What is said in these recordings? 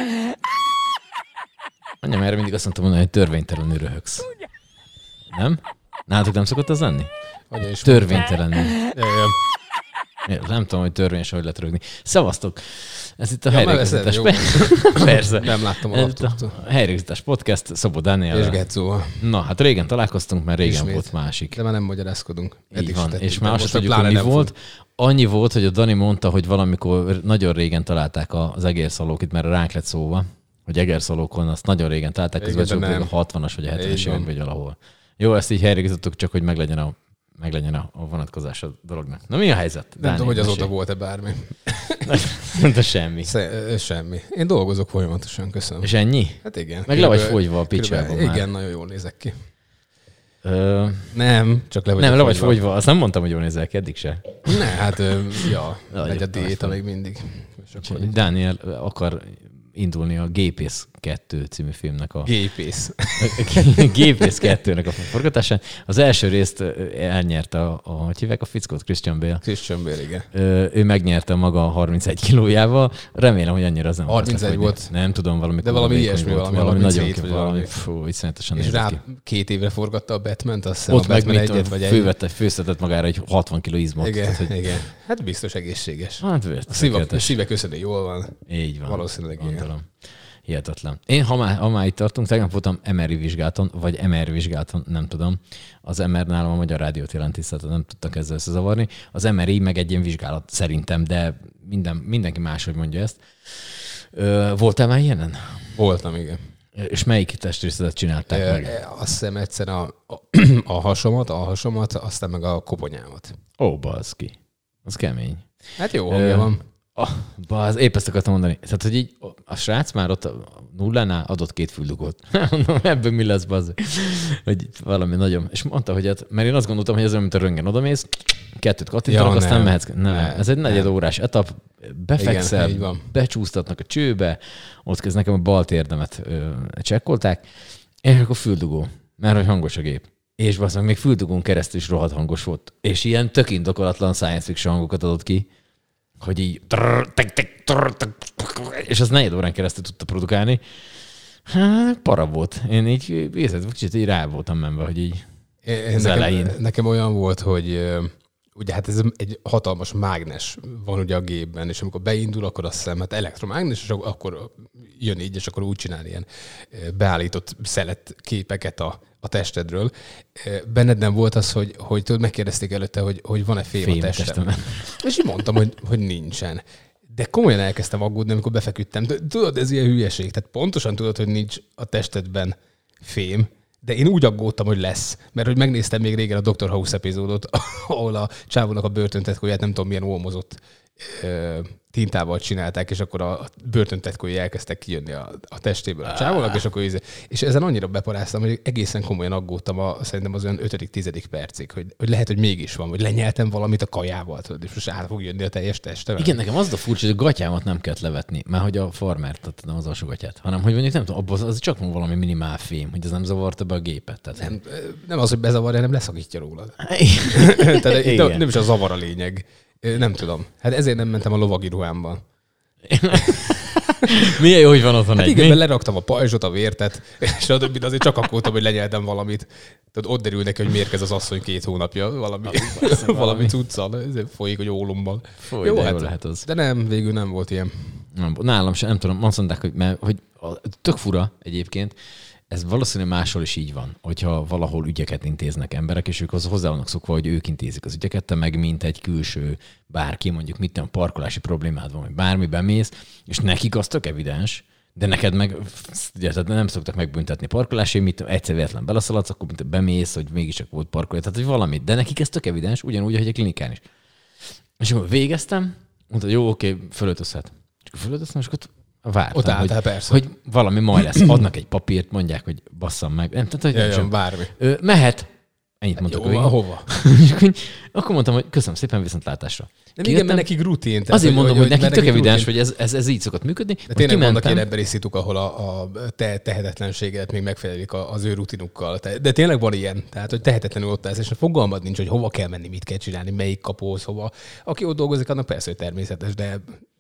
Anyám, erre mindig azt mondtam mondani, hogy törvénytelenül röhögsz. Nem? Nálatok nem szokott az lenni? Törvénytelenül. Nem tudom, hogy törvényes, hogy lehet rögni. Szevasztok! Ez itt a Helyrögzítás. Persze. Nem láttam a laptoptól. A Helyrögzítás podcast Szabó Dániel. És Getszóval. Na, hát régen találkoztunk, mert régen Ismét. volt másik. De már nem magyarázkodunk. Így van. És már azt tudjuk, hogy mi volt. Annyi volt, hogy a Dani mondta, hogy valamikor nagyon régen találták az egérszalók itt, mert ránk lett szóva, hogy egérszalókon azt nagyon régen találták, közben a 60-as vagy a 70-es években vagy valahol. Jó, ezt így helyrögzítettük, csak hogy meglegyen a vonatkozás a dolognak. Na mi a helyzet? Nem tudom, hogy azóta volt-e bármi. De semmi. Semmi. Én dolgozok folyamatosan, köszönöm. És ennyi? Hát igen. Meg le vagy fogyva a picsában már. Igen, nagyon jól nézek ki. Nem, csak le vagy nem, le vagy fogyva. Azt nem mondtam, hogy jól nézel ki, eddig se. Ne, hát megy a diéta még mindig. Dániel akar indulni a Gépész 2 című filmnek a... Gépész. Gépész 2-nek a forgatásán. Az első részt elnyerte hogy hívják a fickót? Christian Bale. Christian Bale, igen. Ő megnyerte maga 31 kilójával. Remélem, hogy annyira az nem 31 volt. Nem tudom, valamikor. De valami ilyesmi, valami nagyon valami. Fú, iszonyatosan és nézett rá ki. 2 évre forgatta a Batman-t, azt hiszem ott a Batman meg egyet vagy főszedett magára egy 60 kiló izmot. Igen, tehát, hogy... igen. Hát biztos egészséges. Hát a szíve köszönő jól van. Így van. Valószínűleg igen. Hihetetlen. Én, ha már itt tartunk, tegnap voltam MRI vizsgálaton, vagy MR vizsgálaton, nem tudom. Az MR nálam a Magyar Rádiót jelenti, tehát nem tudtak ezzel összezavarni. Az MRI meg egy ilyen vizsgálat szerintem, de mindenki máshogy mondja ezt. Voltál már ilyenen? Voltam, igen. És melyik testrészetet csinálták meg? Azt hiszem egyszer a hasomat, aztán meg a koponyámat. Ó, baszki. Az kemény. Hát jó, hangja van. Épp ezt akartam mondani. Tehát, hogy így a srác már ott a nullánál adott 2 füldugót. Ebből mi lesz, bazd? Hogy valami nagyon... És mondta, hogy hát, mert én azt gondoltam, hogy ez olyan, mint a röntgen, odamész, 2 kattintanak, aztán mehetsz. Nem, ez egy negyedórás etap. Befekszel, igen, becsúsztatnak a csőbe, ott kezd nekem a bal térdemet csekkolták, és akkor füldugó, mert hogy hangos a gép. És bazdmeg még füldugón keresztül is rohadt hangos volt. És ilyen tök indokolatlan science fiction hangokat adott ki, hogy így és az 4 órán keresztül tudta produkálni. Hát, para volt. Én így kicsit így rá voltam menve, hogy így az elején. Nekem olyan volt, hogy ugye hát ez egy hatalmas mágnes van ugye a gépben, és amikor beindul, akkor azt hiszem, hát elektromágnes, és akkor jön így, és akkor úgy csinál ilyen beállított szelet képeket a testedről. Benned nem volt az, hogy tudod, megkérdezték előtte, hogy van-e fém a testem. És így mondtam, hogy nincsen. De komolyan elkezdtem aggódni, amikor befeküdtem. Tudod, ez ilyen hülyeség. Tehát pontosan tudod, hogy nincs a testedben fém, de én úgy aggódtam, hogy lesz. Mert hogy megnéztem még régen a Dr. House epizódot, ahol a csávónak a börtöntetkóját nem tudom milyen olmozott tintával csinálták, és akkor a börtöntetkói elkezdtek kijönni a testéből a csávónak, és akkor és ezen annyira beparáztam, hogy egészen komolyan aggódtam szerintem az olyan 5.-10. percig, hogy lehet, hogy mégis van, hogy lenyeltem valamit a kajával, tudod, és most át fog jönni a teljes testem. Igen, nekem az a furcsa, hogy a gatyámat nem kellett levetni, mert hogy a farmert, tehát nem az alsó gatyát, hanem hogy mondjuk nem tudom, abban az csak van valami minimál fém, hogy ez nem zavarta be a gépet. Tehát nem az, hogy bezavarja, hanem leszakítja rólad. Tehát nem is a zavar a lényeg. Nem tudom. Hát ezért nem mentem a lovagi ruhámban. Milyen jó, hogy van otthon egy. Igen, leraktam a pajzsot, a vértet, és a többit azért csak akkor hogy lenyeltem valamit. Tehát ott derül neki, hogy mérkez az asszony 2 hónapja, valami cuccal, folyik, hogy ólomban. Jó, hát, lehet az. De nem, végül nem volt ilyen. Nálam sem, nem tudom, azt mondták, hogy tök fura egyébként, ez valószínűleg máshol is így van, hogyha valahol ügyeket intéznek emberek, és ők hozzá vannak szokva, hogy ők intézik az ügyeket, te meg mint egy külső bárki, mondjuk mit tudom, parkolási problémád van, vagy bármiben mész, és nekik az tök evidens, de neked meg nem szoktak megbüntetni parkolásért, egyszer véletlen beleszaladsz, akkor mint bemész, hogy mégiscsak volt parkolás, tehát hogy valamit, de nekik ez tök evidens, ugyanúgy, ahogy a klinikán is. És akkor végeztem, mondta, jó, oké, fölöltözhet. És akkor fölöltöztem, és akkor vártam, hogy valami majd lesz. Adnak egy papírt, mondják, hogy basszam meg. Nem, tehát, hogy bármi. Mehet. Ennyit mondtak. Jó, hova? Akkor mondtam, hogy köszönöm szépen, viszontlátásra. Nem igen, mert nekik rutin. Azért mondom, hogy nekik tök evidens, hogy ez így szokott működni. De tényleg vannak ilyen emberi szituk, ahol a te tehetetlenséget még megfelelik az ő rutinukkal. De tényleg van ilyen. Tehát, hogy tehetetlenül ott állsz, és a fogalmad nincs, hogy hova kell menni, mit kell csinálni, melyik kapóhoz, hova. Aki ott dolgozik, annak persze, hogy természetes, de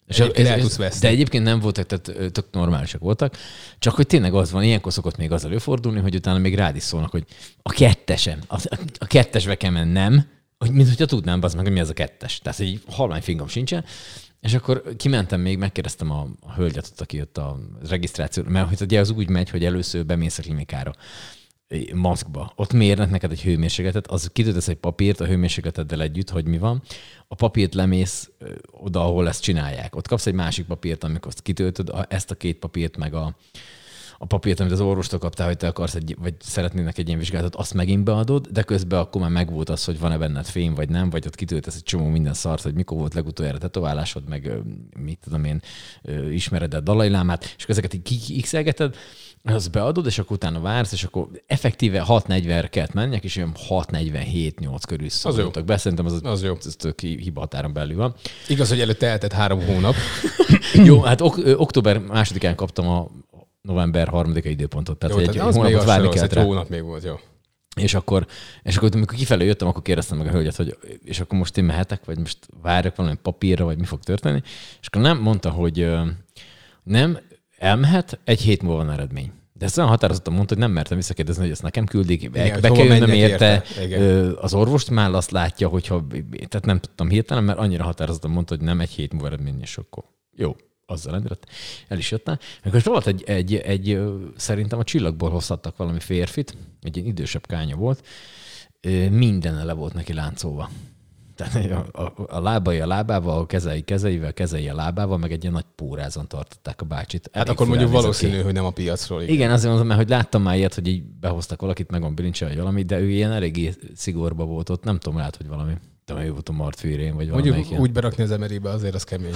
De egyébként nem voltak, tehát tök normálisak voltak, csak hogy tényleg az van, ilyenkor szokott még az előfordulni, hogy utána még rád is szólnak, hogy a kettesbe kell menni, nem, hogy mint hogyha tudnám, bazd meg, hogy mi az a kettes. Tehát egy halvány fingom sincsen. És akkor kimentem még, megkérdeztem a hölgyet, aki jött a regisztrációra, mert hogy ugye az úgy megy, hogy először bemész a klinikára maszkba. Ott mérnek neked egy hőmérsékletet, az kitöltesz egy papírt a hőmérsékleteddel együtt, hogy mi van. A papírt lemész oda, ahol ezt csinálják. Ott kapsz egy másik papírt, amikor azt kitöltöd, ezt a két papírt, meg a papírt, amit az orvostól kaptál, hogy te akarsz vagy szeretnének egy ilyen vizsgálatot, azt megint beadod, de közben akkor már megvolt az, hogy van-e benned fém, vagy nem, vagy ott kitöltesz egy csomó minden szart, hogy mikor volt legutoljára tetoválásod, meg mit tudom én, ismered a Dalai Lámát, és ezeket így x-elgeted, azt beadod, és akkor utána vársz, és akkor effektíve 6:40-re kellett menjek, és olyan 6:47-8 körül szóltak be. Szerintem az jó. Ez tök hiba határon belül van. Igaz, hogy előtte eltett 3 hónap. Jó, hát október 2-án kaptam a november 3-a időpontot. Tehát jó, egy hónapot várni kellett rá. Egy hónap még volt, jó. És akkor amikor kifelé jöttem, akkor kérdeztem meg a hölgyet, hogy és akkor most én mehetek, vagy most várjak valami papírra, vagy mi fog történni. És akkor nem mondta, hogy nem, elmehet, egy hét múlva van eredmény. De ezt olyan határozottan mondta, hogy nem mertem visszakérdezni, hogy ezt nekem küldik, be kell jönnöm érte. Az orvost már azt látja, tehát nem tudtam hirtelen, mert annyira határozottan mondta, hogy nem egy hét múlva eredmény, és akkor jó, azzal rendelt. El is jöttem. Akkor volt egy szerintem a Csillagból hoztattak valami férfit, egy idősebb kánya volt, minden le volt neki láncolva. Tehát a lábai a lábával, a kezei a lábával, meg egy ilyen nagy pórázon tartották a bácsit. Hát akkor mondjuk valószínű, hogy nem a piacról. Igen, azért mondom, mert hogy láttam már ilyet, hogy így behoztak valakit, meg van bilincse, vagy valami, de ő ilyen eléggé szigorba volt ott, nem tudom, lehet, hogy valami. Tudom, ő volt a martfűrén, vagy valami. Mondjuk úgy berakni az emerébe, azért az kemény.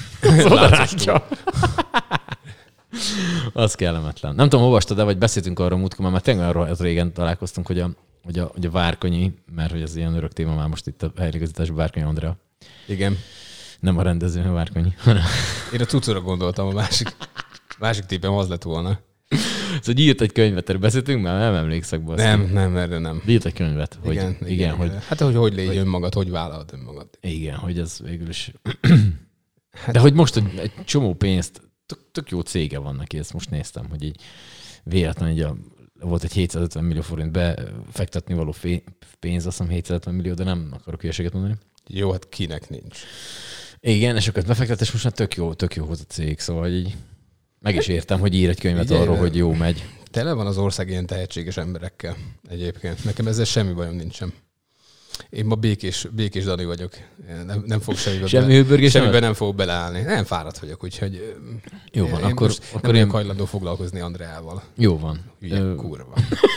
Az kellemetlen. Nem tudom, olvastad, de vagy beszéltünk arról múltkor, mert tényleg arról régen találkoztunk, hogy a Várkonyi, mert hogy ez ilyen örök téma már most itt a helyreigazításban, Várkonyi Andrea. Igen. Nem a rendező, a Várkonyi. Én a cuccora gondoltam, a másik tippem az lett volna. Szóval írt egy könyvet, erről beszéltünk már, nem emlékszek be. Nem, erre nem. Írt egy könyvet. Igen, hogy... Hát, hogy légy önmagad, hogy vállalod önmagad. Igen, hogy ez végül is... De hogy most egy csomó pénzt, tök jó cége van neki, ezt most néztem, hogy így véletlenül volt egy 750 millió forint befektetni való pénz, azt hiszem 750 millió, de nem akarok hülyeséget mondani. Jó, hát kinek nincs. Igen, és akkor befektetés most már tök jó hoz a cég, szóval így meg is értem, hogy ír egy könyvet arról, hogy jó megy. Tele van az ország ilyen tehetséges emberekkel egyébként. Nekem ezzel semmi bajom nincsen. Én ma békés Dani vagyok. Nem fog semmiben nem fog beleállni. Nem fáradt vagyok, úgyhogy jó van, akkor nem vagyok hajlandó foglalkozni Andreával. Jó van. Hülye kurva.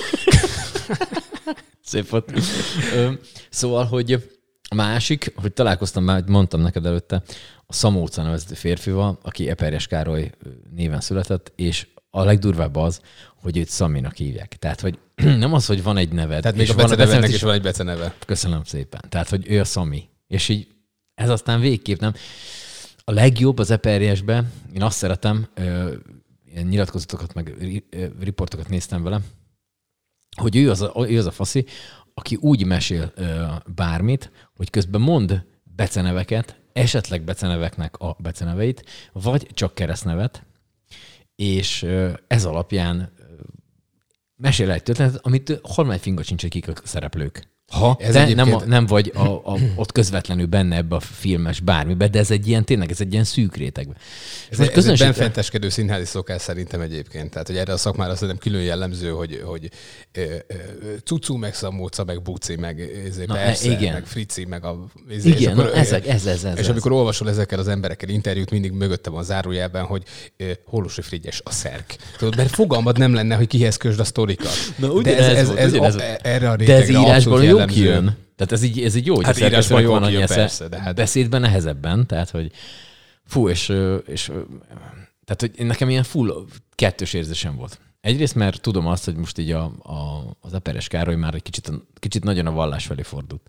Szép volt. Szóval, hogy a másik, hogy találkoztam már, mondtam neked előtte, a Szamóca nevezetű férfival, aki Eperjes Károly néven született, és a legdurvább az, hogy őt Szaminak hívják. Tehát, hogy nem az, hogy van egy neved. Tehát még a becenevednek is van egy beceneve. Köszönöm szépen. Tehát, hogy ő a Szami. És így ez aztán végképp nem. A legjobb az Eperjesbe, én azt szeretem, ilyen nyilatkozatokat, meg riportokat néztem vele, hogy ő az a faszi, aki úgy mesél bármit, hogy közben mond beceneveket, esetleg beceneveknek a beceneveit, vagy csak keresztnevet, és ez alapján mesél egy történetet, amit halmány finga sincs, akik a szereplők. Ha te nem vagy ott közvetlenül benne ebbe a filmes bármibe, de ez egy ilyen, tényleg ez egy ilyen szűk rétegbe. Ez egy benfenteskedő színházi szokás szerintem egyébként. Tehát, hogy erre a szakmára szerintem külön jellemző, hogy Cucu, meg Szamóca, meg Buci, meg persze, meg Frici, meg a... Igen, ez. És amikor olvasol ezekkel az emberekkel interjút, mindig mögötte van zárójelben, hogy Holosi Frigyes a szerk. Tudod, mert fogalmad nem lenne, hogy kihez kösd a sztorikat. De erre a rétegre jó kijön. Tehát ez így jó, hogy hát írásban jól kijön, persze. De hát beszédben nehezebben, tehát hogy és tehát hogy nekem ilyen full kettős érzésem volt. Egyrészt, mert tudom azt, hogy most így az Eperjes Károly már egy kicsit nagyon a vallás felé fordult.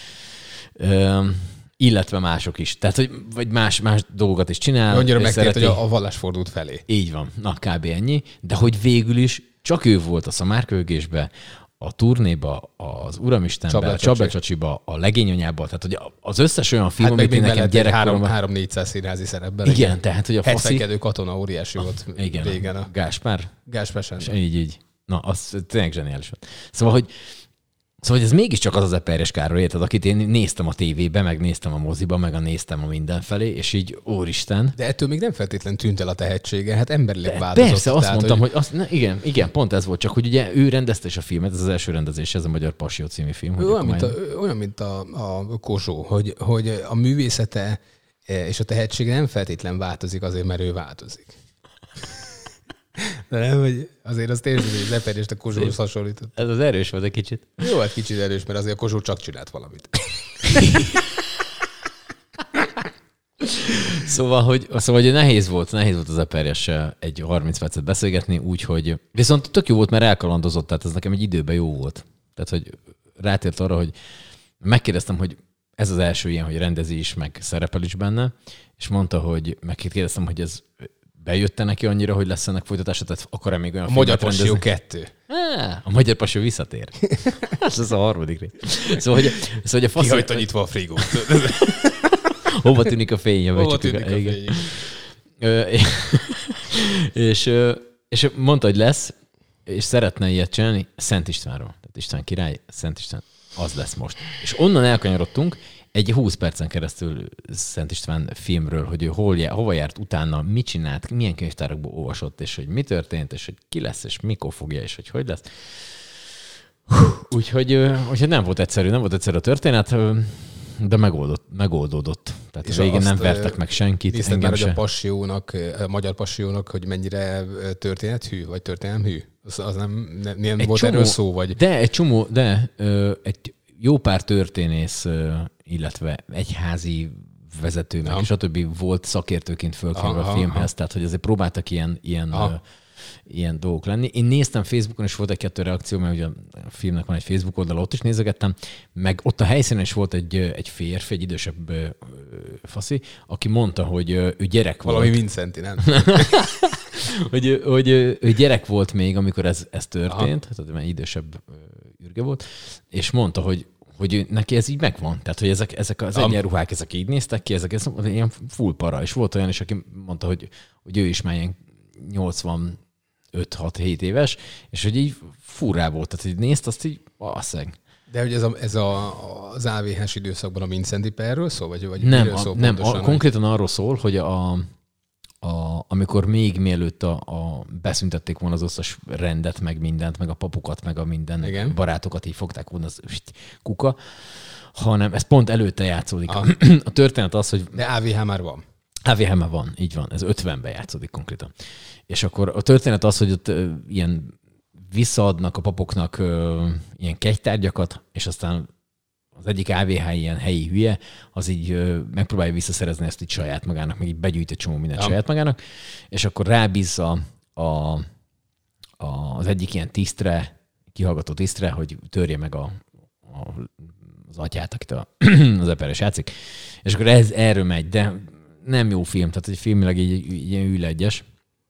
Illetve mások is. Tehát, hogy vagy más dolgokat is csinál. Annyira megtért, hogy a vallás fordult felé. Így van. Na, kb. Ennyi. De hogy végül is csak ő volt a szamárkőgésbe, a Turnéba, az Uramistenben, a Csabelcsacsiba, a Legényanyába, tehát hogy az összes olyan film, amit én nekem gyerekkoromban... 3-400 színházi szerepben. Igen, tehát hogy a faszi... Hegyfekedő katona óriási volt igen, régen. A Gáspár. Sándor. Így. Na, az tényleg zseniális volt. Szóval, hogy ez mégiscsak az Eperjes Károly, érted, akit én néztem a tévében, meg néztem a moziba, meg néztem a mindenfelé, és így úristen. De ettől még nem feltétlenül tűnt el a tehetsége, hát emberileg változott. Persze, azt mondtam, hogy igen, pont ez volt, csak hogy ugye ő rendezte is a filmet, ez az első rendezés, ez a Magyar Passió című film. Olyan, mint a Kossuth, hogy a művészete és a tehetsége nem feltétlen változik azért, mert ő változik. De nem, hogy azért azt érzi, hogy az Eperjest a Kossuthhoz hasonlított. Ez az erős volt egy kicsit. Jó, hát kicsit erős, mert azért a Kossuth csak csinált valamit. Szóval, hogy nehéz volt az Eperjessel egy 30 percet beszélgetni, úgyhogy viszont tök jó volt, mert elkalandozott, tehát ez nekem egy időben jó volt. Tehát, hogy rátért arra, hogy megkérdeztem, hogy ez az első ilyen, hogy rendezi is, meg szerepel is benne, és mondta, hogy megkérdeztem, hogy ez bejött neki annyira, hogy lesz ennek folytatása, tehát akar-e még olyan a Magyar Passió 2. A Magyar Passió visszatér. Ez a harmadik rész. Szóval, hogy a fasz... Kihagyta nyitva a frigót. Hova tűnik a fény? Hova tűnik a fény? És mondta, hogy lesz, és szeretne ilyet csinálni Szent Istvánról. Tehát István király, Szent István, az lesz most. És onnan elkanyarodtunk egy 20 percen keresztül Szent István filmről, hogy ő hova járt utána, mit csinált, milyen könyvtárakból olvasott, és hogy mi történt, és hogy ki lesz, és mikor fogja, és hogy lesz. Úgyhogy nem volt egyszerű a történet, de megoldódott. Tehát a végén nem vertek meg senkit. Nézted már, hogy a Magyar Passiónak, hogy mennyire történethű, vagy történelmhű? Az nem volt csomó, erről szó? Vagy... De egy jó pár történész, illetve egyházi vezető, meg és a többi volt szakértőként fölkerül a filmhez, tehát hogy azért próbáltak ilyen dolgok lenni. Én néztem Facebookon, és volt egy-kettő reakció, mert ugye a filmnek van egy Facebook oldala, ott is nézegettem, meg ott a helyszínen is volt egy férfi, egy idősebb faszi, aki mondta, hogy ő gyerek volt. Valami Vincenti, nem? hogy ő gyerek volt még, amikor ez történt, tehát már idősebb ürge volt, és mondta, hogy neki ez így megvan. Tehát, hogy ezek az egyenruhák, ezek így néztek ki, ezek ilyen full para. És volt olyan is, aki mondta, hogy ő is már ilyen 85-6-7 éves, és hogy így furrá volt. Tehát, hogy nézd, azt így basszeg. De hogy ez az AVH-s időszakban a Vincenti perről szól? Vagy nem, konkrétan arról szól, hogy amikor még mielőtt beszüntették volna az összes rendet, meg mindent, meg a papukat, meg a minden igen. barátokat így fogták volna az kuka, hanem ez pont előtte játszódik. A történet az, hogy... De AVH már van. AVH már van, így van. Ez 50-ben játszódik konkrétan. És akkor a történet az, hogy ott ilyen visszaadnak a papoknak ilyen kegytárgyakat, és aztán az egyik AVH ilyen helyi hülye, az így megpróbálja visszaszerezni ezt így saját magának, meg így begyűjt egy csomó mindent saját magának, és akkor rábízza az egyik ilyen tisztre, kihallgató tisztre, hogy törje meg az atyát, akit az Eperjes játszik. És akkor ez erről megy, de nem jó film, tehát egy filmileg így ilyen űlegyes.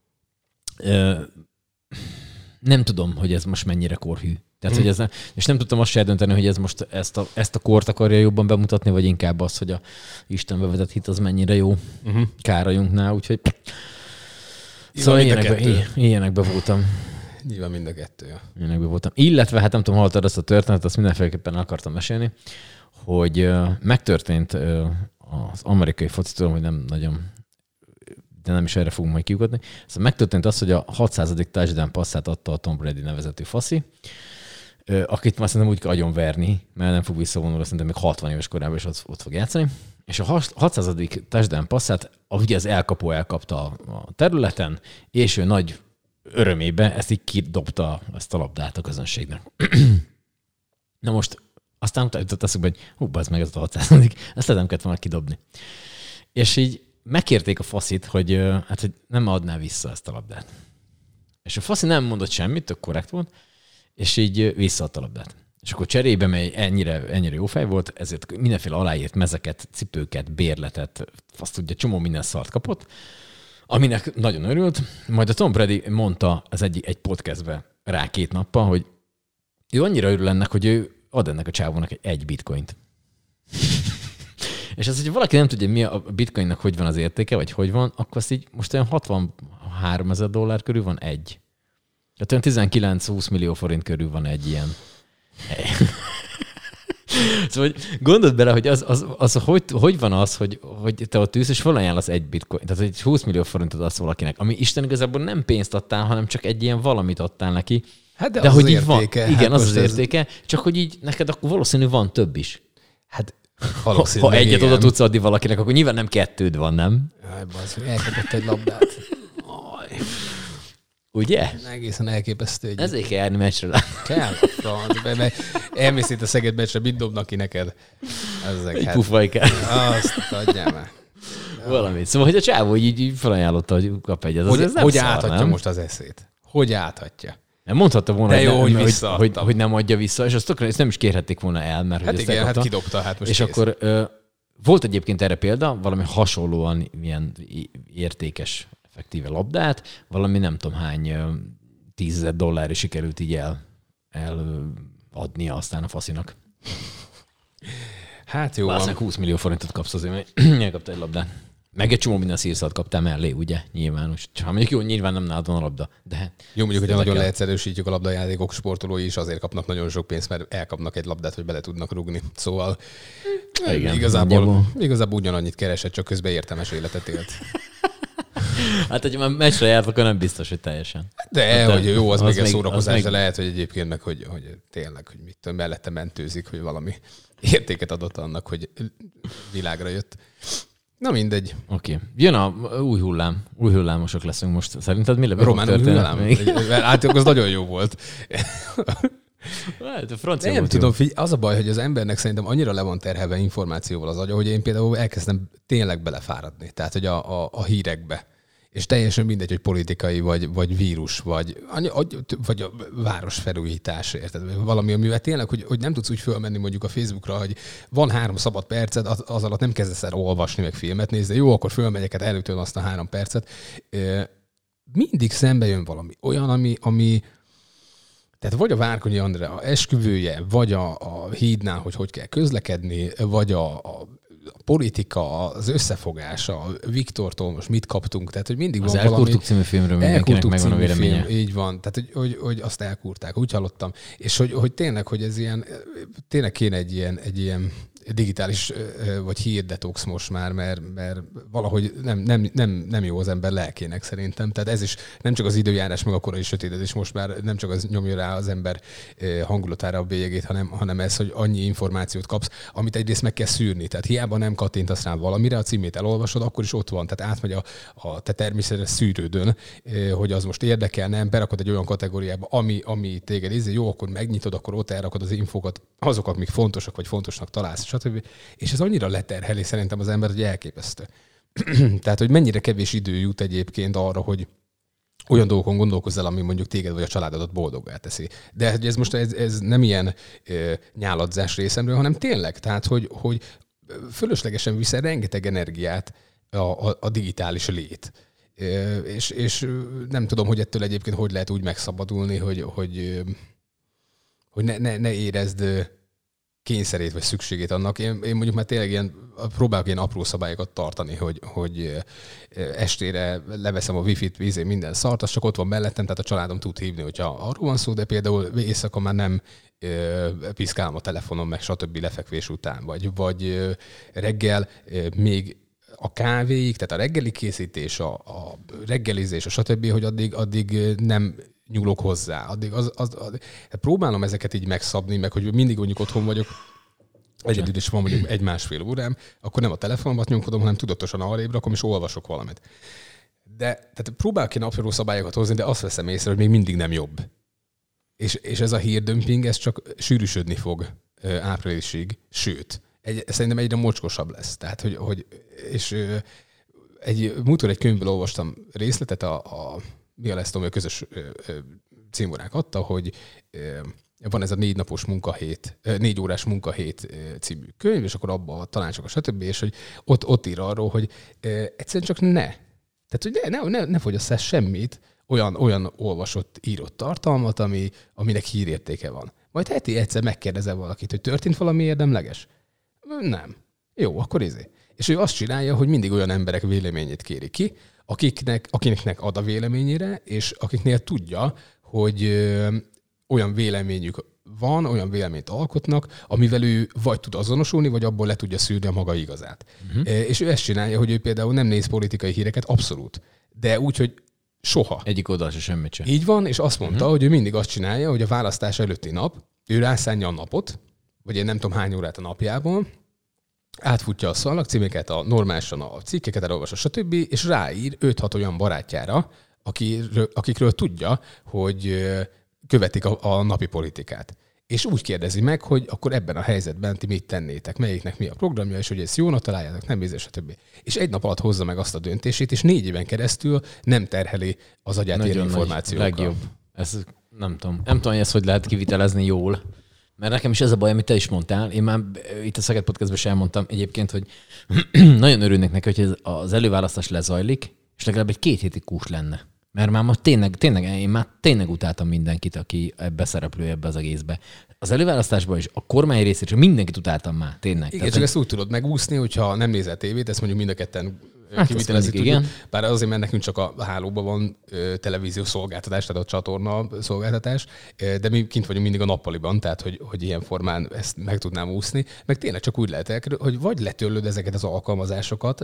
Nem tudom, hogy ez most mennyire korhű. Tehát, hogy ez és nem tudtam azt se eldönteni, hogy ez most ezt a kort akarja jobban bemutatni, vagy inkább az, hogy a Isten bevetett hit az mennyire jó Károlyunknál, úgyhogy szóval ilyenekben voltam. Nyilván mind a kettő. Ja. Ilyenekben voltam. Illetve, hát nem tudom, hallottad azt a történetet, azt mindenféleképpen akartam mesélni, hogy megtörtént az amerikai focitól, hogy nem nagyon, de nem is erre fogunk majd kiugodni. Szóval megtörtént az, hogy a 600. touchdown passzát adta a Tom Brady nevezetű faszi, akit már szerintem úgy kell agyon verni, mert nem fog visszavonulni, szerintem még 60 éves korában is ott fog játszani. És a 600. touchdown passzát ugye az elkapó elkapta a területen, és ő nagy örömébe ezt így kidobta ezt a labdát a közönségnek. Na most aztán utána jutott eszükbe, hogy ez meg ez a 600. Ezt nem kellett volna kidobni. És így megkérték a faszit, hogy nem adná vissza ezt a labdát. És a faszi nem mondott semmit, tök korrekt volt, és így visszaadta a labdát. És akkor cserébe, mely ennyire jó fej volt, ezért mindenféle aláírt mezeket, cipőket, bérletet, azt tudja, csomó minden szart kapott, aminek nagyon örült. Majd a Tom Brady mondta egy podcastbe rá 2 nappal, hogy Ő annyira örül ennek, hogy ő ad ennek a csávónak egy bitcoint. És az, hogy valaki nem tudja, mi a bitcoinnak hogy van az értéke, vagy hogy van, akkor azt így most olyan $63,000 körül van egy. Tehát olyan 19-20 millió forint körül van egy ilyen. Szóval gondold bele, hogy hogy van az, hogy te ott ülsz, és felajánlasz egy bitcoin. Tehát egy 20 millió forintot adsz valakinek, ami Isten igazából nem pénzt adtál, hanem csak egy ilyen valamit adtál neki. Hát de hogy így van. Igen, hát az értéke. Csak hogy így neked akkor valószínű van több is. Hát ha egyet oda tudsz adni valakinek, akkor nyilván nem kettőd van, nem? Jaj, bazd, elkapott egy labdát. Ugye? Egészen elképesztő. Ezért kell járni meccsre. Kell a franc. Mert elmész itt a Szeged meccsre, mit dobnak ki neked? Egy pufajkát. Azt adjál már. Valamit. Szóval, hogy a csávó így felajánlotta, hogy kap egyet. Hogy áthatja most az eszét? Hogy áthatja? Mondhatta volna, de jó, hogy nem adja vissza, és ezt nem is kérhették volna el, mert hát hogy igen, hát kidobta. Hát most és kész. Akkor volt egyébként erre példa, valami hasonlóan ilyen értékes effektíve labdát, valami nem tudom hány $10,000 sikerült így eladnia aztán a faszinak. Hát jó. Valószínűleg 20 millió forintot kapsz azért, mert elkapta egy labdát. Meg egy csomó minden szírszat kaptál mellé, ugye? Nyilván. Ha mondjuk jó, nyilván nem nálad van a labda. De jó, mondjuk, hogyha nagyon leegyszerűsítjük a labdajátékok, sportolói is azért kapnak nagyon sok pénzt, mert elkapnak egy labdát, hogy bele tudnak rugni. Szóval igen, igazából ugyanannyit keresett, csak közben értelmes életet élt. Hát, hogyha már meccsre járt, akkor nem biztos, hogy teljesen. De hát, hogy jó, az még a szórakozás, de lehet, hogy egyébként meg, hogy tényleg, hogy mit tudom, mellette mentőzik, hogy valami értéket adott annak, hogy világra jött. Na mindegy. Oké. Jön a új hullám. Új hullámosok leszünk most. Szerinted mi lesz? Román új hullám? Hát az nagyon jó volt. Hát, a francia nem tudom, az a baj, hogy az embernek szerintem annyira le van terhelve információval az agya, hogy én például elkezdem tényleg belefáradni. Tehát, hogy a hírekbe. És teljesen mindegy, hogy politikai, vagy vírus, vagy a városfelújítás, érted? Valami, amivel tényleg, hogy nem tudsz úgy fölmenni mondjuk a Facebookra, hogy van 3 szabad perced, az alatt nem kezdesz el olvasni, meg filmet nézni, jó, akkor fölmegyek, hát elütöm azt a 3 percet. Mindig szembe jön valami olyan, ami tehát vagy a Várkonyi Andrea esküvője, vagy a hídnál, hogy kell közlekedni, vagy a politika, az összefogása, Viktortól most mit kaptunk, tehát hogy mindig az van valami... Az Elkurtuk című filmről mindenkinek megvan a véleménye. Így van, tehát hogy azt elkurták, úgy hallottam. És hogy tényleg, hogy ez ilyen, tényleg kéne egy ilyen digitális vagy hírdetox most már, mert valahogy nem jó az ember lelkének szerintem. Tehát ez is nem csak az időjárás, meg a korai sötétedés most már nem csak az nyomja rá az ember hangulatára a bélyegét, hanem ez, hogy annyi információt kapsz, amit egyrészt meg kell szűrni. Tehát hiába nem kattintasz rá valamire, a címét elolvasod, akkor is ott van. Tehát átmegy a te természetes szűrődön, hogy az most érdekel, nem, berakod egy olyan kategóriába, ami téged ízé, jó, akkor megnyitod, akkor ott elrakod az infókat, azokat, amik fontosak, vagy fontosnak találsz, stb. És ez annyira leterheli szerintem az ember, hogy elképesztő. Tehát, hogy mennyire kevés idő jut egyébként arra, hogy olyan dolgokon gondolkozzál, ami mondjuk téged vagy a családodat boldoggá teszi. De ez most ez nem ilyen nyáladzás részemről, hanem tényleg, tehát, hogy fölöslegesen visz rengeteg energiát a digitális lét. És nem tudom, hogy ettől egyébként hogy lehet úgy megszabadulni, hogy ne érezd kényszerét vagy szükségét annak. Én mondjuk már tényleg próbálok ilyen apró szabályokat tartani, hogy estére leveszem a wifi-t, minden szart, az csak ott van mellettem, tehát a családom tud hívni, hogyha arról van szó, de például éjszaka már nem piszkálom a telefonon, meg stb. Lefekvés után, vagy reggel még a kávéig, tehát a reggeli készítés, a reggelizés, a stb., hogy addig nem nyúlok hozzá. Addig próbálom ezeket így megszabni, meg hogy mindig mondjuk otthon vagyok, egyedül is van mondjuk 1-1,5 órám, akkor nem a telefonomat nyomkodom, hanem tudatosan arrébb rakom, és olvasok valamit. De tehát próbálok én apró szabályokat hozni, de azt veszem észre, hogy még mindig nem jobb. És ez a hírdömping, ez csak sűrűsödni fog áprilisig, sőt, szerintem egyre mocskosabb lesz. Tehát, múltkor egy könyvből olvastam részletet, mi lesz, a közös címórák adta, hogy van ez a 4 napos munkahét, 4 órás munkahét című könyv, és akkor abban a tanácsok, stb., és hogy ott ír arról, hogy egyszerűen csak ne. Tehát, hogy ne fogyasszál semmit, olyan olvasott, írott tartalmat, aminek hírértéke van. Majd heti egyszer megkérdezel valakit, hogy történt valami érdemleges? Nem. Jó, akkor És ő azt csinálja, hogy mindig olyan emberek véleményét kéri ki, akiknek ad a véleményére, és akiknél tudja, hogy olyan véleményük van, olyan véleményt alkotnak, amivel ő vagy tud azonosulni, vagy abból le tudja szűrni a maga igazát. És ő ezt csinálja, hogy ő például nem néz politikai híreket, abszolút. De úgy, hogy soha. Egyik oldal se semmit sem. Így van, és azt mondta, hogy ő mindig azt csinálja, hogy a választás előtti nap, ő rászánja a napot, vagy én nem tudom hány órát a napjából, átfutja a szalagcímeket, normálisan a cikkeket elolvasva, stb., és ráír 5-6 olyan barátjára, akikről tudja, hogy követik a napi politikát. És úgy kérdezi meg, hogy akkor ebben a helyzetben ti mit tennétek, melyiknek mi a programja, és hogy ezt jónak találjátok, nem és stb. És egy nap alatt hozza meg azt a döntését, és 4 éven keresztül nem terheli az agyát ilyen információkkal. Legjobb. Ez nem tudom, hogy ezt hogy lehet kivitelezni jól. Mert nekem is ez a baj, amit te is mondtál. Én már itt a Szeged Podcastban is elmondtam egyébként, hogy nagyon örülnék neki, hogy az előválasztás lezajlik, és legalább egy 2 hétig kús lenne. Mert már most én már tényleg utáltam mindenkit, aki ebbe szereplő ebbe az egészbe. Az előválasztásban is, a kormány részéről mindenkit utáltam már, tényleg. Igen, csak ezt úgy tudod megúszni, hogyha nem nézel tévét, ezt mondjuk mind a ketten kivitelezni tudjuk. Bár azért, mert nekünk csak a hálóban van televízió szolgáltatás, tehát a csatorna szolgáltatás, de mi kint vagyunk mindig a nappaliban, tehát hogy ilyen formán ezt meg tudnám úszni. Meg tényleg csak úgy lehet, hogy vagy letörlöd ezeket az alkalmazásokat,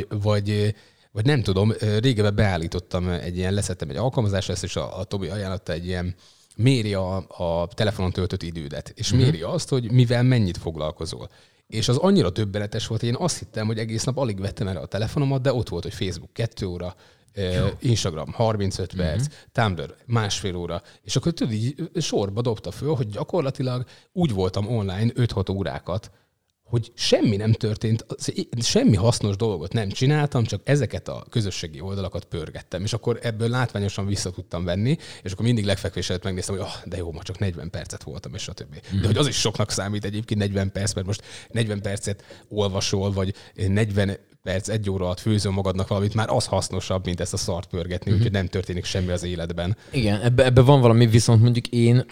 vagy nem tudom, régebben beállítottam leszettem egy alkalmazást, ezt is a Tobi ajánlotta, egy ilyen méri a telefonon töltött idődet, és méri azt, hogy mivel mennyit foglalkozol. És az annyira döbbenetes volt, hogy én azt hittem, hogy egész nap alig vettem el a telefonomat, de ott volt, hogy Facebook 2 óra, Instagram 35 perc, Tumblr 1,5 óra, és akkor tudod, így sorba dobta föl, hogy gyakorlatilag úgy voltam online 5-6 órákat, hogy semmi nem történt, semmi hasznos dolgot nem csináltam, csak ezeket a közösségi oldalakat pörgettem, és akkor ebből látványosan vissza tudtam venni, és akkor mindig legfekvés előtt megnéztem, hogy de jó, ma csak 40 percet voltam, és stb. De hogy az is soknak számít egyébként 40 perc, mert most 40 percet olvasol, vagy 40 perc, 1 óra alatt főzöl magadnak valamit, már az hasznosabb, mint ezt a szart pörgetni, úgyhogy nem történik semmi az életben. Igen, ebbe van valami, viszont mondjuk én,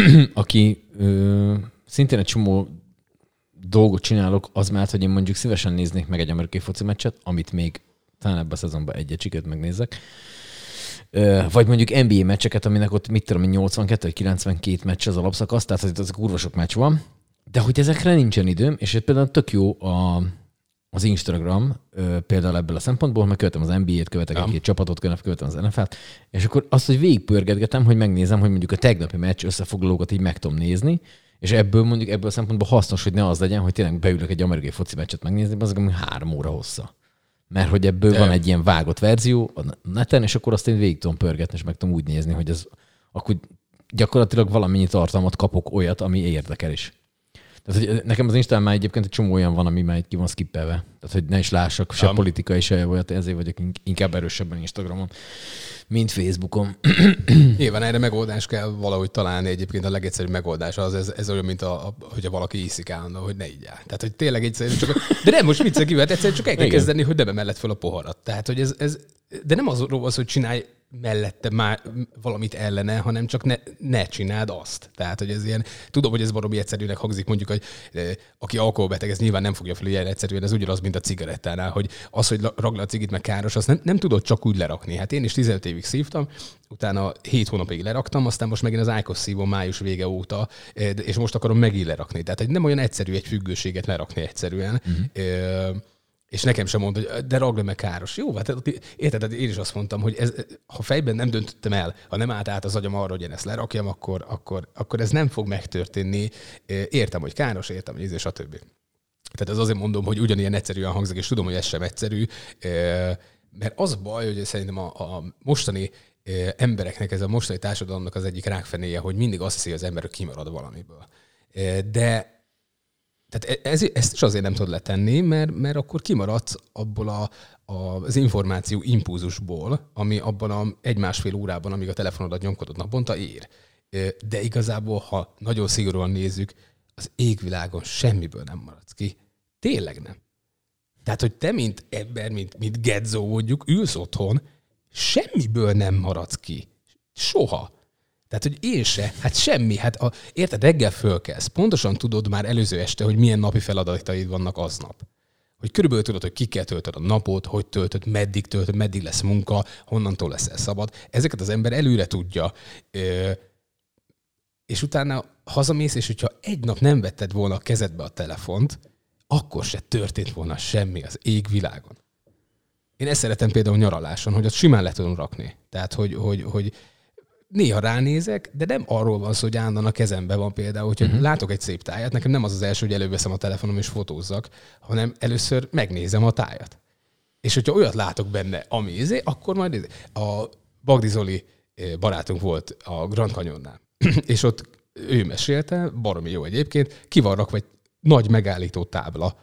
aki szintén egy csomó dolgot csinálok, az már, hogy én mondjuk szívesen néznék meg egy amerikai foci meccset, amit még talán ebben a szezonban egy csiket megnézek. Vagy mondjuk NBA meccseket, aminek ott 82 vagy 92 meccs az alapszakasz, tehát hogy az kurva sok meccs van. De hogy ezekre nincsen időm, és például tök jó az Instagram például ebből a szempontból, mert követem az NBA-t, követek egy csapatot, követem az NFL-t, és akkor azt, hogy végigpörgetgetem, hogy megnézem, hogy mondjuk a tegnapi meccs összefoglalókat így meg tudom nézni, és ebből a szempontból hasznos, hogy ne az legyen, hogy tényleg beülök egy amerikai foci meccset megnézni, az 3 óra hossza. Mert hogy ebből van egy ilyen vágott verzió a neten, és akkor azt én végig tudom pörgetni, és meg tudom úgy nézni, hogy ez akkor gyakorlatilag valamennyi tartalmat kapok olyat, ami érdekel is. Tehát, hogy nekem az Instán már egyébként egy csomó olyan van, ami már ki van skippelve. Tehát, hogy ne is lássak se politikai, se olyat, ezért vagyok inkább erősebben Instagramon, mint Facebookon. Nyilván erre megoldást kell valahogy találni, egyébként a legegyszerűbb megoldás az, ez olyan, mint hogyha valaki iszik állandóan, hogy ne igyál. Tehát, hogy tényleg egyszerűen csak... De nem, most viccel kívül, egyszerűen csak el kell kezdeni, hogy nem emellett fel a poharat. Tehát, hogy ez de nem azról az, hogy csinálj mellette már valamit ellene, hanem csak ne csináld azt. Tehát, hogy ez ilyen, tudom, hogy ez valami egyszerűnek hangzik, mondjuk, hogy aki alkoholbeteg, ez nyilván nem fogja fel ilyen egyszerűen, ez ugyanaz, mint a cigarettánál, hogy az, hogy ragd le a cigit, meg káros, azt nem tudod csak úgy lerakni. Hát én is 15 évig szívtam, utána 7 hónapig leraktam, aztán most megint az IQOS szívom május vége óta, és most akarom megint lerakni. Tehát nem olyan egyszerű egy függőséget lerakni egyszerűen. És nekem sem mondta, hogy de ragd le, meg káros. Jó, hát érted, én is azt mondtam, hogy ha fejben nem döntöttem el, ha nem állt át az agyam arra, hogy én ezt lerakjam, akkor ez nem fog megtörténni. Értem, hogy káros, értem, hogy és a többi. Tehát ez azért mondom, hogy ugyanilyen egyszerűen hangzik, és tudom, hogy ez sem egyszerű, mert az baj, hogy szerintem a mostani embereknek, ez a mostani társadalomnak az egyik rákfenéje, hogy mindig azt hiszi, hogy az ember kimarad valamiből. De tehát ezt is azért nem tudod letenni, mert akkor kimaradsz abból az információ impulzusból, ami abban a 1-1,5 órában, amíg a telefonodat nyomkodod naponta ér. De igazából, ha nagyon szigorúan nézzük, az égvilágon semmiből nem maradsz ki. Tényleg nem. Tehát, hogy te, mint ember, mint Gedzo mondjuk, ülsz otthon, semmiből nem maradsz ki. Soha. Tehát, hogy én se, hát semmi. Hát érted, reggel fölkelsz. Pontosan tudod már előző este, hogy milyen napi feladataid vannak aznap. Hogy körülbelül tudod, hogy kikkel töltöd a napot, hogy töltöd, meddig lesz munka, honnantól leszel szabad. Ezeket az ember előre tudja. És utána hazamész, és hogyha egy nap nem vetted volna a kezedbe a telefont, akkor se történt volna semmi az égvilágon. Én ezt szeretem például nyaraláson, hogy azt simán le tudom rakni. Tehát, hogy néha ránézek, de nem arról van szó, hogy állandóan a kezemben van például, hogyha látok egy szép tájat, nekem nem az az első, hogy előveszem a telefonom és fotózzak, hanem először megnézem a tájat. És hogyha olyat látok benne, ami akkor majd a Bagdi Zoli barátunk volt a Grand Canyonnál. És ott ő mesélte, baromi jó egyébként, ki van rakva egy nagy megállító tábla,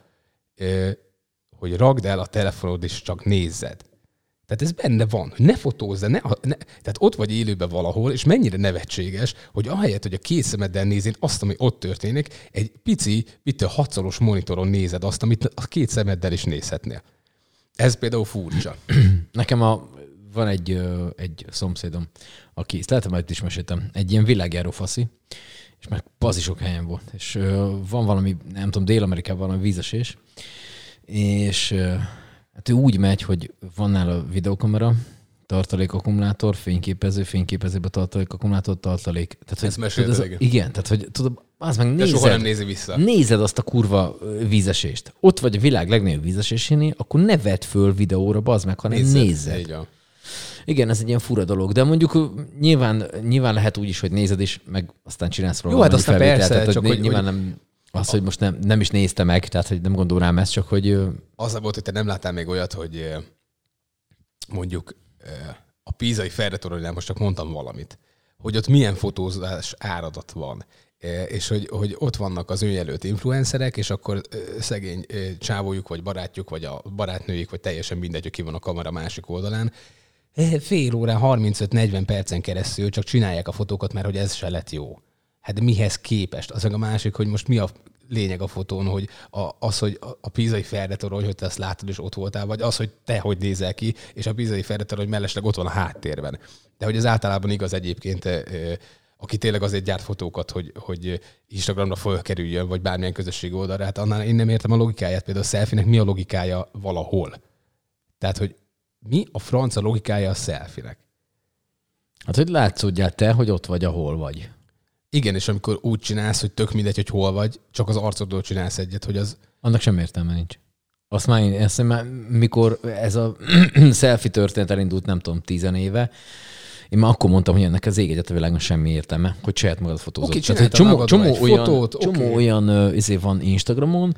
hogy rakd el a telefonod és csak nézzed. Tehát ez benne van, hogy ne fotózz, tehát ott vagy élőben valahol, és mennyire nevetséges, hogy ahelyett, hogy a két szemeddel nézed azt, ami ott történik, egy pici, 6-szoros monitoron nézed azt, amit a két szemeddel is nézhetnél. Ez például furcsa. Nekem van egy szomszédom, aki, ezt lehet, hogy is meséltem, egy ilyen világjáró faszi, és meg pazi sok helyen volt. És van valami, nem tudom, Dél-Amerikában valami vízesés, és hát ő úgy megy, hogy van nála videokamera, tartalékakkumulátor, fényképezőbe tartalékakkumulátor, tartalék. Tehát, ezt mesélted, igen, tehát hogy tudod, az meg nézed. De soha nem nézi vissza. Nézed azt a kurva vízesést. Ott vagy a világ legnagyobb vízesésénél, akkor ne vedd föl videóra, bazd meg, hanem nézzed. Igen, ez egy ilyen fura dolog, de mondjuk nyilván lehet úgy is, hogy nézed is, meg aztán csinálsz róla. Jó, hát aztán persze, tehát, csak nyilván nem az, hogy most nem is nézte meg, tehát hogy nem gondol rám ezt, csak hogy... Az volt, hogy te nem láttál még olyat, hogy mondjuk a pízai Ferretoronál, most csak mondtam valamit, hogy ott milyen fotózás áradat van, és hogy ott vannak az önjelölt influencerek, és akkor szegény csávójuk, vagy barátjuk, vagy a barátnőjük, vagy teljesen mindegy, hogy ki van a kamera másik oldalán, fél órán, 35-40 percen keresztül csak csinálják a fotókat, mert hogy ez se lett jó. Hát mihez képest? Az meg a másik, hogy most mi a lényeg a fotón, hogy hogy a pízai Ferretoron, hogy te azt látod, és ott voltál, vagy az, hogy te hogy nézel ki, és a pízai Ferretoron, hogy mellesleg ott van a háttérben. De hogy ez általában igaz egyébként, aki tényleg azért gyárt fotókat, hogy Instagramra fölkerüljön, vagy bármilyen közösségi oldalra, hát annál én nem értem a logikáját. Például a selfie-nek mi a logikája valahol? Tehát, hogy mi a franca logikája a selfie-nek? Hát, hogy látszódjál te, hogy ott vagy, ahol vagy. Igen, és amikor úgy csinálsz, hogy tök mindegy, hogy hol vagy, csak az arcodról csinálsz egyet, hogy az... Annak sem értelme nincs. Azt már mikor ez a selfie történet elindult, nem tudom, 10 éve, én már akkor mondtam, hogy ennek az ég egyet a világon semmi értelme, hogy saját magad fotózod. Oké, tehát, csomó olyan van Instagramon,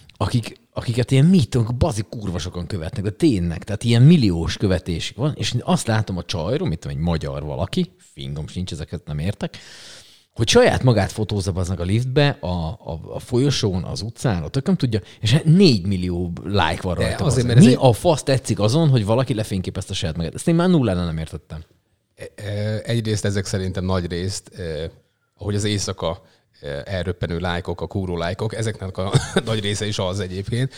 akiket ilyen bazi kurva sokan követnek, de tényleg, tehát ilyen milliós követés van, és azt látom a csajról, mit tudom, egy magyar valaki, fingom sincs, ezeket nem értek, hogy saját magát fotózza aznak a liftbe, a folyosón, az utcán, a tököm tudja, és 4 millió like van rajta. Azért, mert a fasz tetszik azon, hogy valaki lefényképezte saját magát? Ezt én már nullára nem értettem. Egyrészt ezek szerintem nagy részt, ahogy az éjszaka elröppenő lájkok, a kúró lájkok, ezeknek a nagy része is az egyébként,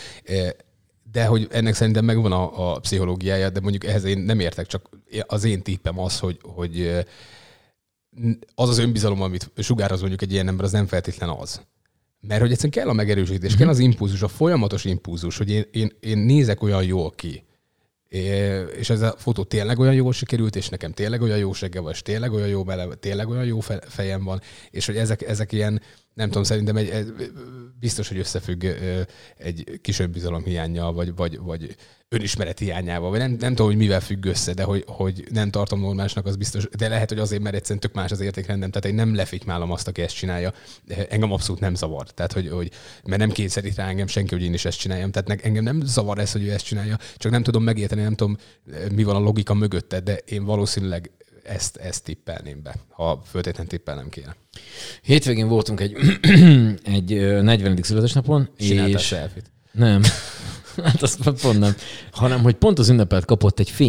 de hogy ennek szerintem megvan a pszichológiája, de mondjuk ehhez én nem értek, csak az én tippem az, hogy az az önbizalom, amit sugároz mondjuk egy ilyen ember, az nem feltétlen az. Mert hogy egyszerűen kell a megerősítés, kell az impulzus, a folyamatos impulzus, hogy én nézek olyan jól ki, és ez a fotó tényleg olyan jól sikerült, és nekem tényleg olyan jó segge van, és tényleg olyan jó bele, tényleg olyan jó fejem van, és hogy ezek ilyen, nem tudom, szerintem biztos, hogy összefügg egy kis önbizalom hiánnyal, vagy önismeret hiányával, vagy nem tudom, hogy mivel függ össze, de hogy nem tartom normálisnak, az biztos, de lehet, hogy azért, mert egyszerűen tök más az értékrendem, tehát én nem lefitymálom azt, aki ezt csinálja, engem abszolút nem zavar, tehát hogy mert nem kényszerít rá engem senki, hogy én is ezt csináljam, tehát engem nem zavar ez, hogy ő ezt csinálja, csak nem tudom megérteni, nem tudom, mi van a logika mögötte, de én valószínűleg ezt tippelném be, ha föltétlenül tippelnem kéne. Hétvégén voltunk egy 40. születésnapon, és selfit. Nem. Hát azt pont nem. Hanem, hogy pont az ünnepelt kapott egy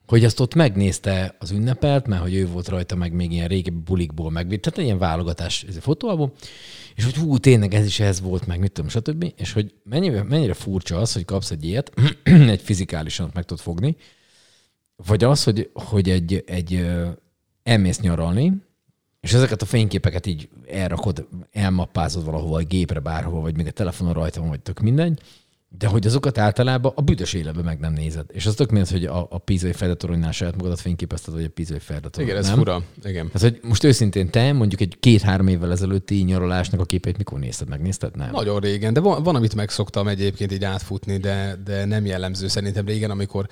hogy azt ott megnézte az ünnepelt, mert hogy ő volt rajta, meg még ilyen régi bulikból megvitt, tehát egy ilyen válogatás, ez a fotóalbum, és hogy hú, tényleg ez is ez volt, meg mit tudom, stb. És hogy mennyire furcsa az, hogy kapsz egy ilyet, egy fizikálisan meg tudod fogni, vagy az, hogy egy elmész nyaralni, és ezeket a fényképeket így elrakod, elmappázod valahova, a gépre, bárhova, vagy még a telefonon rajta van, vagy tök mindegy, de hogy azokat általában a büdös életben meg nem nézed. És az tök mindegy, hogy a Pízai Fejdetoronynál saját magadat fényképezted, vagy a Pízai Fejdetorony. Igen, ez fura. Igen. Hát, hogy most őszintén te mondjuk egy 2-3 évvel ezelőtti nyaralásnak a képét mikor nézted? Megnézted? Nem? Nagyon régen, de van amit megszoktam egyébként így átfutni, de nem jellemző szerintem régen, amikor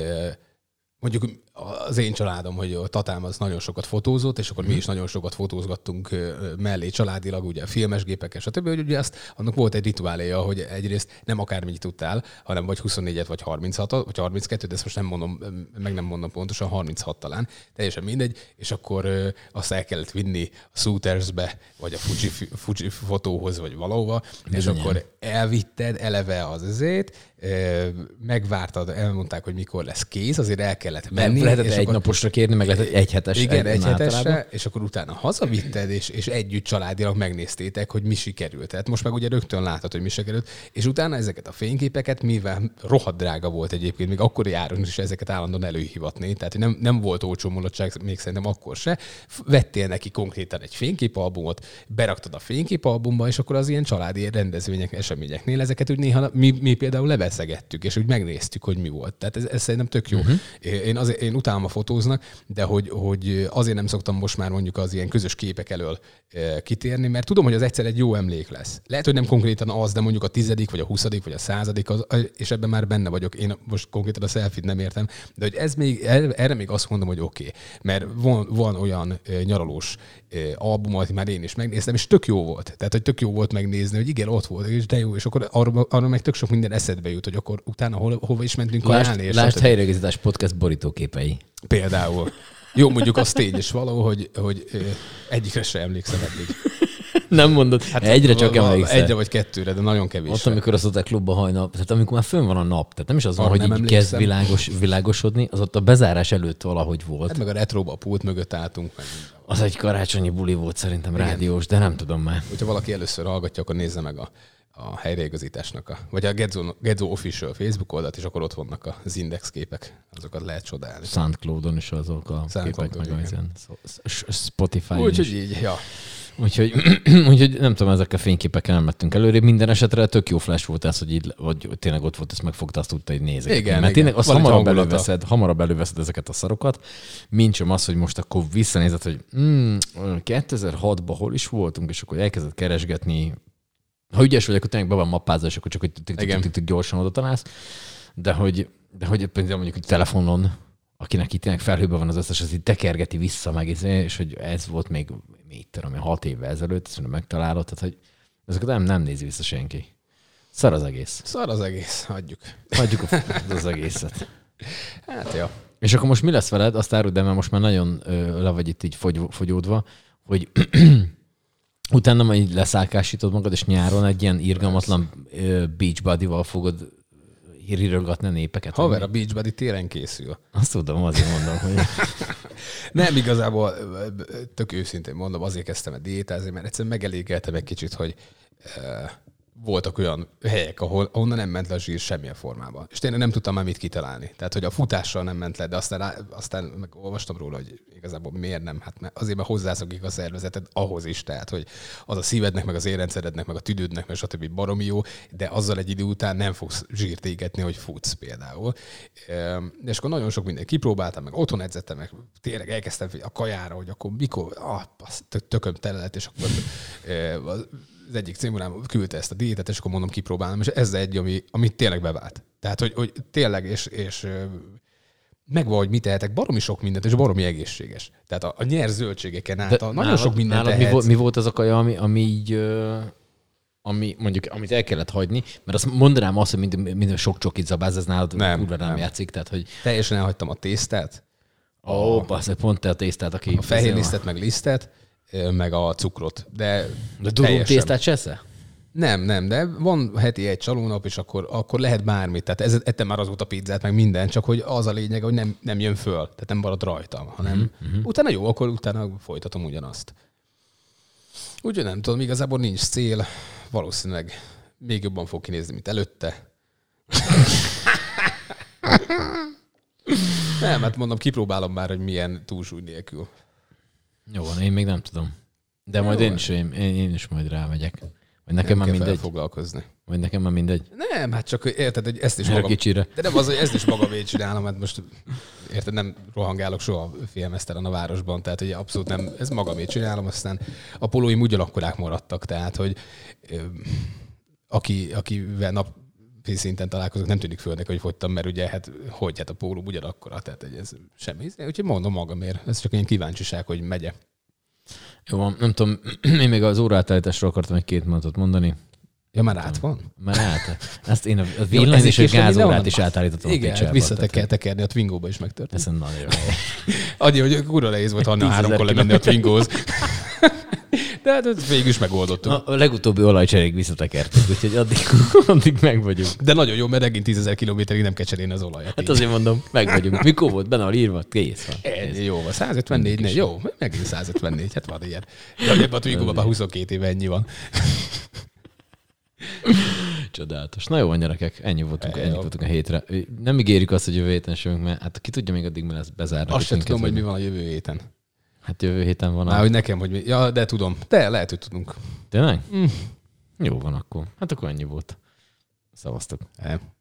mondjuk az én családom, hogy a tatám az nagyon sokat fotózott, és akkor mi is nagyon sokat fotózgattunk mellé családilag, ugye filmes gépekkel, stb. Hogy ugye annak volt egy rituáléja, hogy egyrészt nem akármennyit tudtál, hanem vagy 24-et, vagy 36-at, vagy 32-t, de ezt most nem mondom pontosan, 36 talán, teljesen mindegy, és akkor azt el kellett vinni a Shootersbe, vagy a Fuji fotóhoz, vagy valahova, és akkor elvitted eleve az ezét, megvártad, elmondták, hogy mikor lesz kész, azért el kellett menni. Lehetett egy naposra kérni, meg lehetett egy hetes. Igen, egy hetesre, és akkor utána hazavitted, és együtt családilag megnézték, hogy mi sikerült. Tehát most meg ugye rögtön látod, hogy mi sikerült, és utána ezeket a fényképeket, mivel rohadt drága volt egyébként, még akkori áron is ezeket állandóan előhivatni, tehát nem volt olcsó mulatság, még szerintem akkor se. Vettél neki konkrétan egy fényképalbumot, beraktad a fényképalbumba, és akkor az ilyen családi rendezvények, eseményeknél ezeket úgy néha mi például leveszegettük, és úgy megnéztük, hogy mi volt. Tehát ez szerintem tök jó. Én utálom a fotóznak, de hogy azért nem szoktam most már mondjuk az ilyen közös képek elől kitérni, mert tudom, hogy az egyszer egy jó emlék lesz. Lehet, hogy nem konkrétan az, de mondjuk a 10., vagy a 20., vagy a 100., és ebben már benne vagyok. Én most konkrétan a selfie-t nem értem, de hogy ez még, erre még azt mondom, hogy oké. Mert van olyan nyaralós album, amit már én is megnéztem, és tök jó volt. Tehát, hogy tök jó volt megnézni, hogy igen, ott volt, és de jó, és akkor arra meg tök sok minden eszedbe jut, hogy akkor utána hova is mentünk kajálni. Lásd Helyreigazítás podcast borítóképei. Például. Jó, mondjuk az tény is való, hogy egyikre sem emlékszem eddig. Nem mondod, hát egyre csak emlékszel. Egyre vagy kettőre, de nagyon kevés. Ott, amikor az a klubban hajnal, tehát amikor már fönn van a nap, tehát nem is az van, hogy így kezd világosodni, az ott a bezárás előtt valahogy volt. Hát meg a retróba a pult mögött álltunk. Meg. Az egy karácsonyi buli volt szerintem, igen. Rádiós, de nem tudom már. Hogyha valaki először hallgatja, akkor nézze meg a helyreigazításnak, vagy a Gedzo Official Facebook oldalt, és akkor ott vannak az index képek, azokat lehet csodálni. SoundCloudon is azok a képek, meg az ilyen Spotify-on is. Úgyhogy így, ja. Úgyhogy nem tudom, ezekkel a fényképekkel nem mettünk előrébb. Minden esetre tök jó flash volt ez, hogy így, vagy tényleg ott volt, ezt megfogta, azt tudta, hogy nézni. Igen, mert tényleg azt hamarabb előveszed ezeket a szarokat, mint sem az, hogy most akkor visszanézed, hogy 2006-ban hol is voltunk, és akkor elkezded keresgetni. Ha ügyes vagy, akkor tényleg be van mappázva, és akkor csak hogy gyorsan oda találsz. De hogy például mondjuk hogy telefonon, akinek itt tényleg felhőben van az összes, az így tekergeti vissza meg, és hogy ez volt még 6 évvel ezelőtt, ezt megtalálod, tehát hogy ezeket nem nézi vissza senki. Szar az egész. Szar az egész, hagyjuk. Hagyjuk az egészet. Hát jó. És akkor most mi lesz veled? Azt áruld, de mert most már nagyon le vagy itt így fogyódva, hogy utána majd így leszálkásítod magad, és nyáron egy ilyen irgalmatlan Beachbody-val fogod rirölgatni a népeket. Haver, a Beachbody télen készül. Azt tudom, azért mondom, hogy... Nem, igazából tök őszintén mondom, azért kezdtem a diétázni, mert egyszerűen megelégeltem egy kicsit, hogy voltak olyan helyek, ahonnan nem ment le a zsír semmilyen formában. És tényleg nem tudtam már mit kitalálni. Tehát, hogy a futással nem ment le, de aztán meg olvastam róla, hogy igazából miért nem. Hát azért, mert hozzászokik a szervezeted ahhoz is, tehát, hogy az a szívednek, meg az érrendszerednek, meg a tüdődnek, meg stb. Baromi jó, de azzal egy idő után nem fogsz zsírt égetni, hogy futsz például. És akkor nagyon sok minden kipróbáltam, meg otthon edzettem, meg tényleg elkezdtem a kajára, hogy akkor mikor, tököm tele lett, és akkor az egyik cémurám küldte ezt a diétet, és akkor mondom, kipróbálom, és ez egy, ami tényleg bevált. Tehát, hogy tényleg, és megvan, hogy mit tehetek, baromi sok mindent, és baromi egészséges. Tehát a nyers zöldségeken át, nagyon sok mindent tehetsz. Mi volt az a kaja, ami így... ami mondjuk, amit el kellett hagyni, mert azt mondanám azt, hogy minden sok csokit zabáz, ez nálad kurva nem játszik. Tehát, hogy... Teljesen elhagytam a tésztát. Pont te a tésztát, aki... A fehér lisztet, meg lisztet, meg a cukrot. De durum tésztát se eszel? Nem, de van heti egy csalónap, és akkor lehet bármit. Tehát ettem már azóta pizzát, meg minden, csak hogy az a lényeg, hogy nem jön föl, tehát nem marad rajtam, hanem utána jó, akkor utána folytatom ugyanazt. Úgyhogy nem tudom, igazából nincs cél, valószínűleg még jobban fog kinézni, mint előtte. Nem, hát mondom, kipróbálom már, hogy milyen túlsúly nélkül. Jó van, én még nem tudom. De majd én is majd rámegyek. Vagy nekem nem már mindegy. Foglalkozni. Vagy nekem már mindegy. Nem, hát csak érted, hogy ezt is magam... De nem az, hogy ezt is magamét csinálom, hát most érted, nem rohangálok soha filmesztelen a városban, tehát hogy abszolút nem, ez magamét csinálom, aztán a polóim ugyanakkorák maradtak, tehát hogy akivel napi szinten találkozok, nem tűnik föl neki, hogy fogytam, mert ugye hát a pólóm ugyanakkora, tehát hogy ez semmi. Úgyhogy mondom magamért, ez csak ilyen kíváncsiság, hogy megye. Jó, nem tudom, én még az óraátállításról akartam egy 2 mondatot mondani. Ja, már át van? Már át. Ezt én a villany és a gázórát is átállítottam. Igen, vissza kell tekerni, a Twingóba is megtörtént. Ez nagyon jó. Annyi, hogy kurva nehéz volt, ha 3-kor lemenni a Twingóz. De hát végül is megoldottuk. A legutóbbi olajcseréig visszatekertük, úgyhogy addig meg vagyunk. De nagyon jó, mert megint 10 000 kilométerig nem kell cserélni az olajat. Hát azért mondom, meg vagyunk. Mikor volt benne a írva? Kész van. Jó van, 154, jó, megint 154, hát van ilyen. De ebben a Twingóban már 22 éve ennyi van. Csodálatos. Na jó van, gyerekek, ennyi voltunk a hétre. Nem ígérjük azt, hogy jövő héten sövünk, mert hát ki tudja még addig, mert ezt bezárnak. Azt sem tudom, hogy mi van a jövő héten. Hát jövő héten van hogy nekem, hogy mi. Ja, de tudom. De lehet, hogy tudunk. Tényleg? Jó van akkor. Hát akkor ennyi volt. Szavaztok.